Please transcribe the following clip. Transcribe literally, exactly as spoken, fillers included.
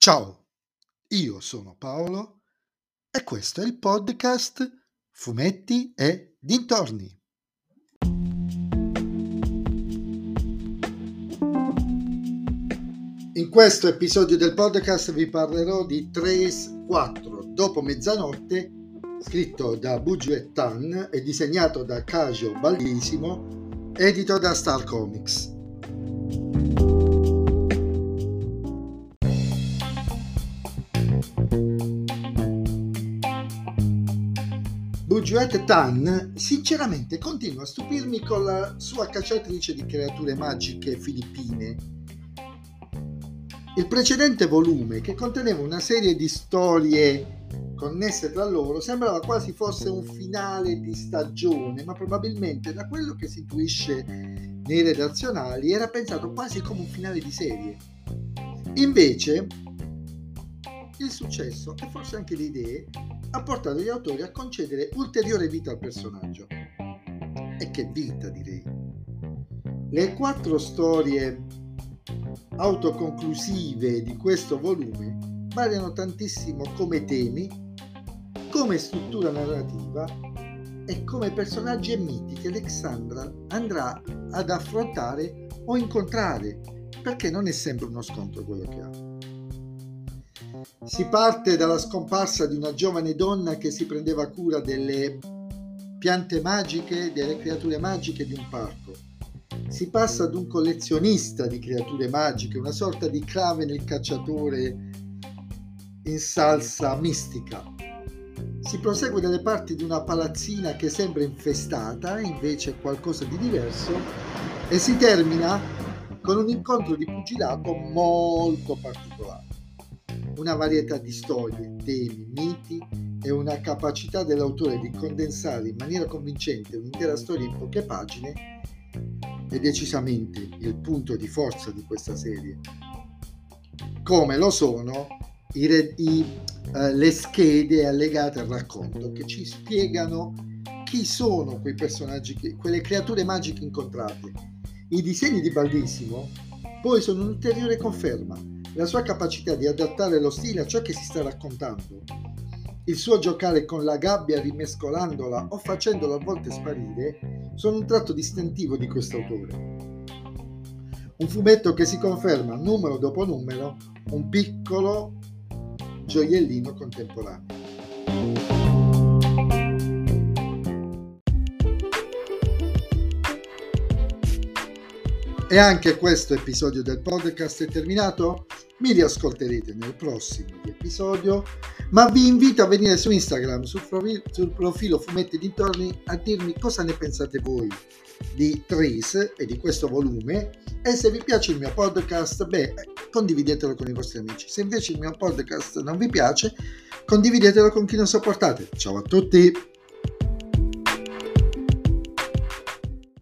Ciao, io sono Paolo e questo è il podcast Fumetti e Dintorni. In questo episodio del podcast vi parlerò di Trace quattro, Dopo mezzanotte, scritto da Buju Tan e disegnato da Kajo Baldissimo, edito da Star Comics. Buju Tan sinceramente continua a stupirmi con la sua cacciatrice di creature magiche filippine. Il precedente volume, che conteneva una serie di storie connesse tra loro, sembrava quasi fosse un finale di stagione, ma probabilmente da quello che si intuisce nei redazionali era pensato quasi come un finale di serie. Invece il successo e forse anche le idee ha portato gli autori a concedere ulteriore vita al personaggio. E che vita, direi! Le quattro storie autoconclusive di questo volume variano tantissimo come temi, come struttura narrativa e come personaggi e miti che Alexandra andrà ad affrontare o incontrare, perché non è sempre uno scontro quello che ha. Si parte dalla scomparsa di una giovane donna che si prendeva cura delle piante magiche, delle creature magiche di un parco. Si passa ad un collezionista di creature magiche, una sorta di Kraven il cacciatore in salsa mistica. Si prosegue dalle parti di una palazzina che sembra infestata, invece è qualcosa di diverso, e si termina con un incontro di pugilato molto particolare. Una varietà di storie, temi, miti e una capacità dell'autore di condensare in maniera convincente un'intera storia in poche pagine è decisamente il punto di forza di questa serie, come lo sono i, i, uh, le schede allegate al racconto che ci spiegano chi sono quei personaggi, che, quelle creature magiche incontrate. I disegni di Baldissimo poi sono un'ulteriore conferma. La sua capacità di adattare lo stile a ciò che si sta raccontando, il suo giocare con la gabbia rimescolandola o facendola a volte sparire, sono un tratto distintivo di quest'autore. Un fumetto che si conferma numero dopo numero un piccolo gioiellino contemporaneo. E anche questo episodio del podcast è terminato. Mi riascolterete nel prossimo episodio, ma vi invito a venire su Instagram, sul profilo, sul profilo Fumetti e Dintorni, a dirmi cosa ne pensate voi di Trace e di questo volume, e se vi piace il mio podcast, beh, condividetelo con i vostri amici. Se invece il mio podcast non vi piace, condividetelo con chi non sopportate. Ciao a tutti!